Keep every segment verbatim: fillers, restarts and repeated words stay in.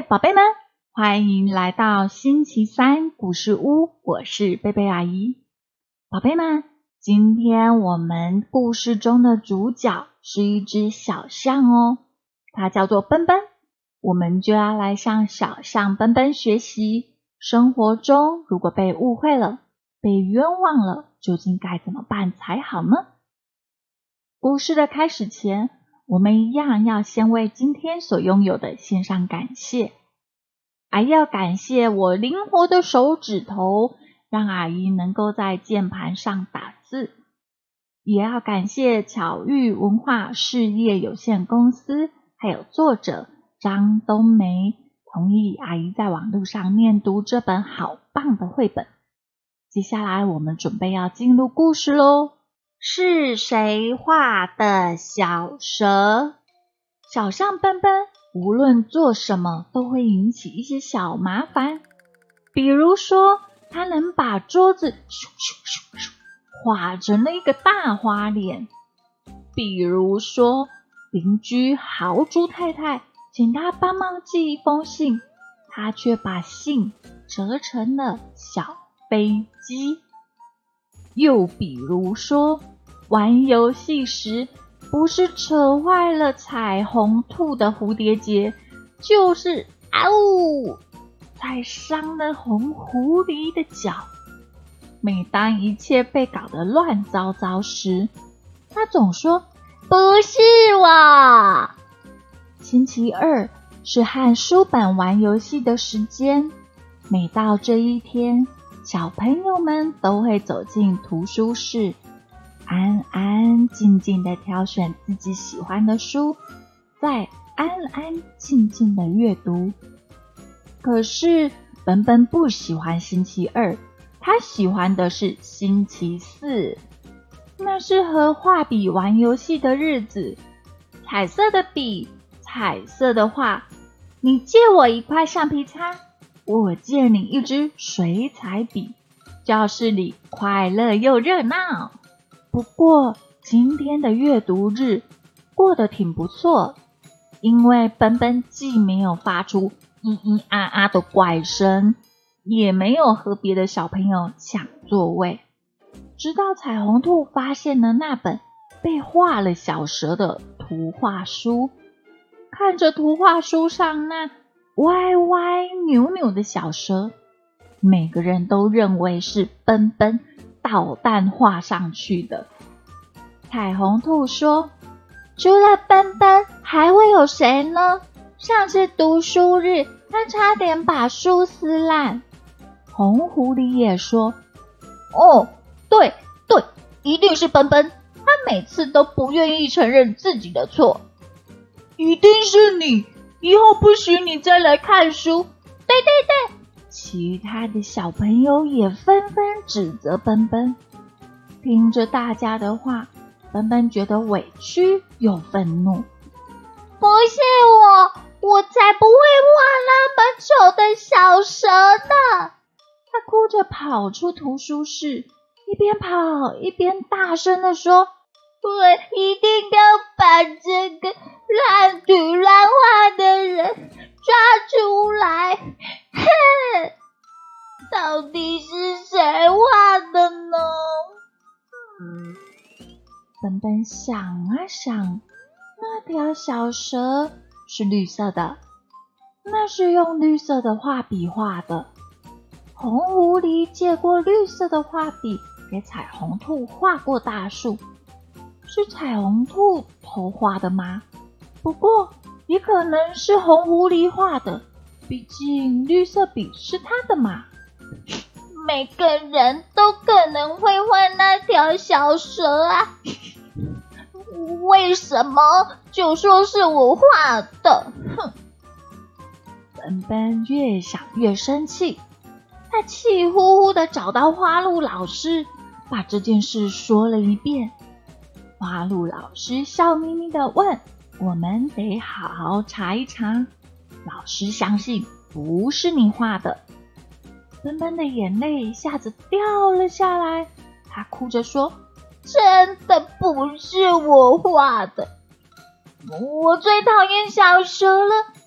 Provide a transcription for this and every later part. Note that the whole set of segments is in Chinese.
宝贝们，欢迎来到星期三故事屋，我是贝贝阿姨。宝贝们，今天我们故事中的主角是一只小象哦，它叫做奔奔。我们就要来向小象奔奔学习，生活中如果被误会了、被冤枉了，究竟该怎么办才好呢？故事的开始前，我们一样要先为今天所拥有的献上感谢。阿姨要感谢我灵活的手指头，让阿姨能够在键盘上打字。也要感谢巧遇文化事业有限公司，还有作者张冬梅，同意阿姨在网络上念读这本好棒的绘本。接下来我们准备要进入故事咯。是谁画的小蛇？小象奔奔无论做什么都会引起一些小麻烦，比如说他能把桌子咻咻咻咻画成了一个大花脸，比如说邻居豪猪太太请他帮忙寄一封信，他却把信折成了小飞机。又比如说玩游戏时不是扯坏了彩虹兔的蝴蝶结，就是啊呜踩伤了红狐狸的脚。每当一切被搞得乱糟糟时，他总说不是我。星期二是和书本玩游戏的时间，每到这一天，小朋友们都会走进图书室，安安静静的挑选自己喜欢的书，再安安静静的阅读。可是奔奔不喜欢星期二，他喜欢的是星期四，那是和画笔玩游戏的日子。彩色的笔，彩色的画，你借我一块橡皮擦，我借你一支水彩笔，教室里快乐又热闹。不过今天的阅读日过得挺不错，因为奔奔既没有发出咿咿啊啊的怪声，也没有和别的小朋友抢座位。直到彩虹兔发现了那本被画了小蛇的图画书，看着图画书上那歪歪扭扭的小蛇，每个人都认为是奔奔捣蛋画上去的。彩虹兔说，除了奔奔还会有谁呢？上次读书日他差点把书撕烂。红狐狸也说，哦，对对，一定是奔奔，他每次都不愿意承认自己的错。一定是你，以后不许你再来看书。对对对，其他的小朋友也纷纷指责奔奔。听着大家的话，奔奔觉得委屈又愤怒。不是我，我才不会画那么丑的小蛇呢！他哭着跑出图书室，一边跑一边大声地说，我一定要把这个乱涂乱画的人抓出来！哼，到底是谁画的呢？嗯，奔奔想啊想，那条小蛇是绿色的，那是用绿色的画笔画的。红狐狸借过绿色的画笔给彩虹兔画过大树，是彩虹兔头画的吗？不过也可能是红狐狸画的，毕竟绿色笔是他的嘛。每个人都可能会画那条小蛇啊，为什么就说是我画的？哼！奔奔越想越生气，他气呼呼地找到花鹿老师，把这件事说了一遍。花鹿老师笑眯眯地问，我们得好好查一查，老师相信不是你画的。奔奔的眼泪一下子掉了下来，他哭着说，真的不是我画的，我最讨厌小蛇了，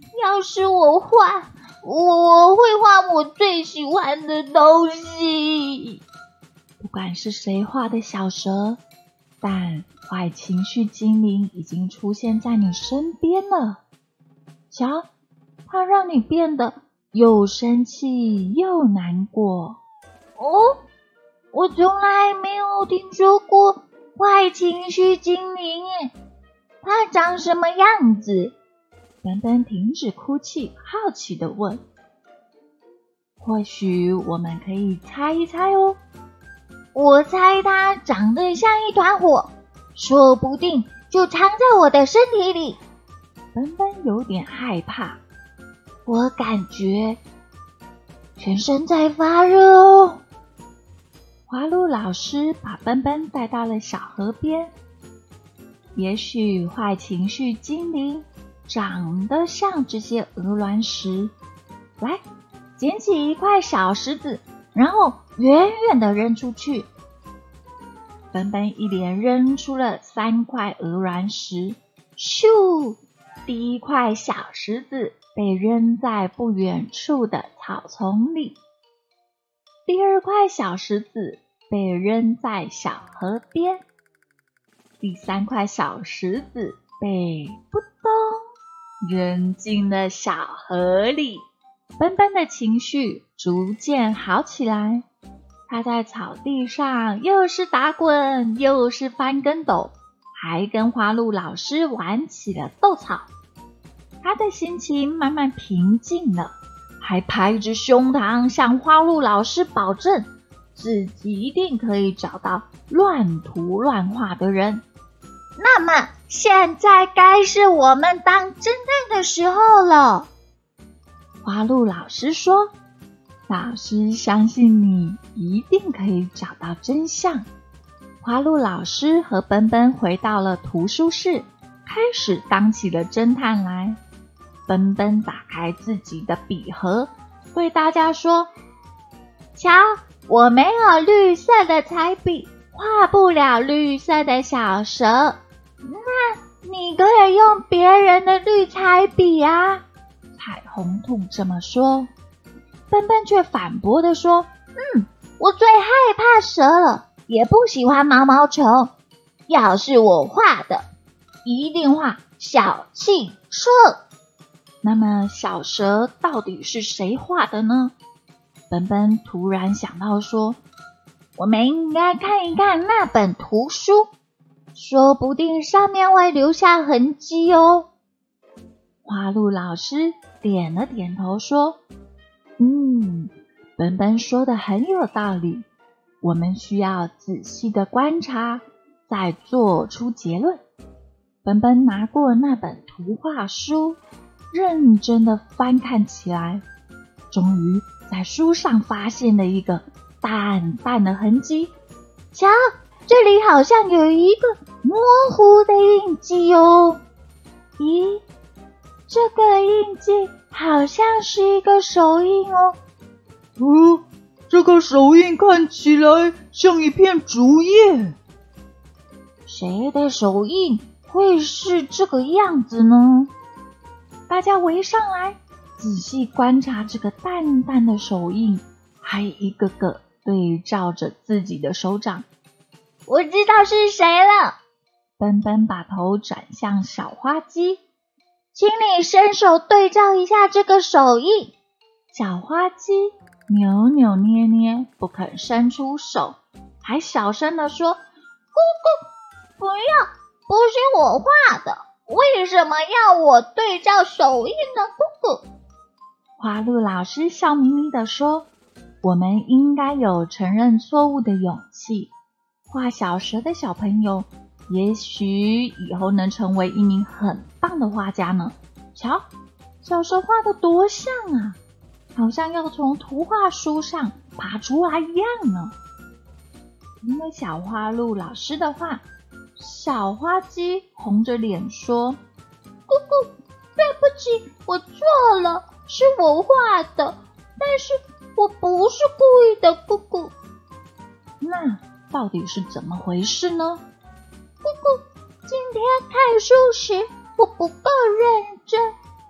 要是我画，我会画我最喜欢的东西。 不管是谁画的小蛇，但坏情绪精灵已经出现在你身边了。瞧，它让你变得又生气又难过。 哦，我从来没有听说过坏情绪精灵耶，它长什么样子？ 笨笨停止哭泣，好奇地问。或许我们可以猜一猜哦。 我猜它长得像一团火，说不定就藏在我的身体里。 笨笨有点害怕， 我感觉全身在发热哦。 花鹿老师把笨笨带到了小河边。也许坏情绪精灵长得像这些鹅卵石。来，捡起一块小石子，然后远远地扔出去。笨笨一连扔出了三块鹅卵石，咻！第一块小石子被扔在不远处的草丛里，第二块小石子被扔在小河边，第三块小石子被扑通扔进了小河里。笨笨的情绪逐渐好起来，他在草地上又是打滚又是翻跟斗，还跟花鹿老师玩起了斗草。他的心情慢慢平静了，还拍着胸膛向花鹿老师保证，自己一定可以找到乱涂乱画的人。 那么现在该是我们当侦探的时候了。 花鹿老师说，老师相信你一定可以找到真相。花鹿老师和奔奔回到了图书室，开始当起了侦探来。奔奔打开自己的笔盒，对大家说， 瞧，我没有绿色的彩笔，画不了绿色的小蛇。那你可以用别人的绿彩笔啊。 彩虹兔这么说，奔奔却反驳地说， 嗯，我最害怕蛇了，也不喜欢毛毛虫。要是我画的，一定画小汽车。 那么小蛇到底是谁画的呢？奔奔突然想到说， 我们应该看一看那本图书，说不定上面会留下痕迹哦。 花鹿老师点了点头说，嗯，奔奔说的很有道理，我们需要仔细的观察，再做出结论。奔奔拿过那本图画书，认真的翻看起来，终于在书上发现了一个淡淡的痕迹。 瞧，这里好像有一个模糊的印记哦。咦，这个印记好像是一个手印哦。 哦，这个手印看起来像一片竹叶。 谁的手印会是这个样子呢？ 大家围上来，仔细观察这个淡淡的手印，还一个个对照着自己的手掌。 我知道是谁了。 奔奔把头转向小花鸡， 请你伸手对照一下这个手印。 小花鸡扭扭捏捏，不肯伸出手，还小声地说，咕咕， 不要，不是我画的，为什么要我对照手印呢？咕咕。 花鹿老师笑眯眯地说，我们应该有承认错误的勇气。画小蛇的小朋友，也许以后能成为一名很棒的画家呢。瞧，小蛇画得多像啊，好像要从图画书上爬出来一样呢。听了小花鹿老师的话，小花鸡红着脸说， 咕咕，对不起，我错了，是我画的，但是我不是故意的，咕咕。 那到底是怎么回事呢？ 咕咕，今天看书时我不够认真，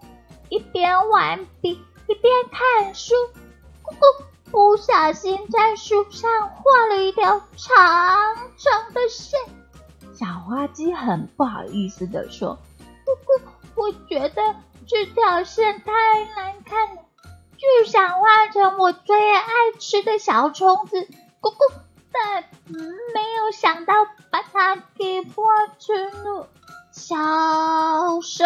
一边玩笔一边看书，咕咕，不小心在书上画了一条长长的线。 小花鸡很不好意思地说： 咕咕，我觉得这条线太难看了，就想画成我最爱吃的小虫子，咕咕，但没有想到把它给画成了小蛇。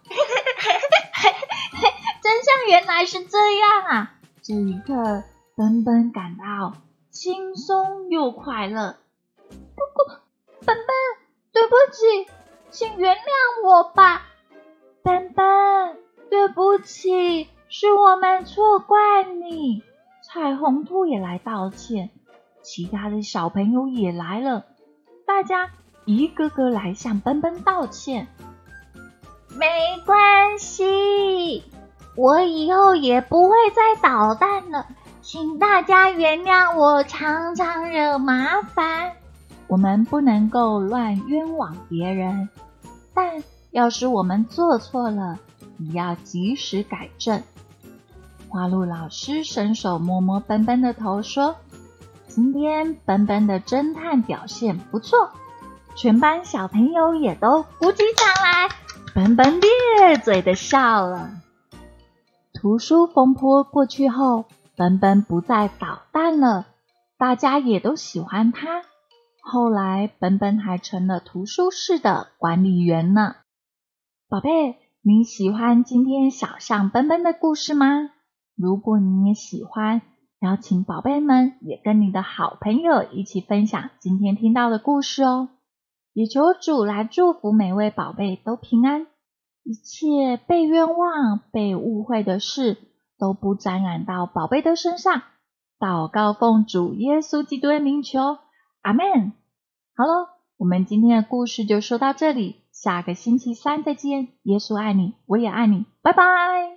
真相原来是这样啊！这一刻，奔奔感到轻松又快乐。 咕咕，奔奔，对不起，请原谅我吧。 奔奔，对不起，是我们错怪你。彩虹兔也来道歉，其他的小朋友也来了，大家一个个来向奔奔道歉。 没关系，我以后也不会再捣蛋了，请大家原谅我常常惹麻烦。 我们不能够乱冤枉别人，但要是我们做错了，也要及时改正。花鹿老师伸手摸摸奔奔的头说：今天奔奔的侦探表现不错，全班小朋友也都鼓起掌来，奔奔咧嘴的笑了。图书风波过去后，奔奔不再捣蛋了，大家也都喜欢他。后来奔奔还成了图书室的管理员呢。宝贝，你喜欢今天小象奔奔的故事吗？如果你也喜欢，邀请宝贝们也跟你的好朋友一起分享今天听到的故事哦。也求主来祝福每位宝贝都平安，一切被冤枉、被误会的事都不沾染到宝贝的身上。祷告奉主耶稣基督的名求，阿们。好咯，我们今天的故事就说到这里，下个星期三再见。耶稣爱你，我也爱你，拜拜。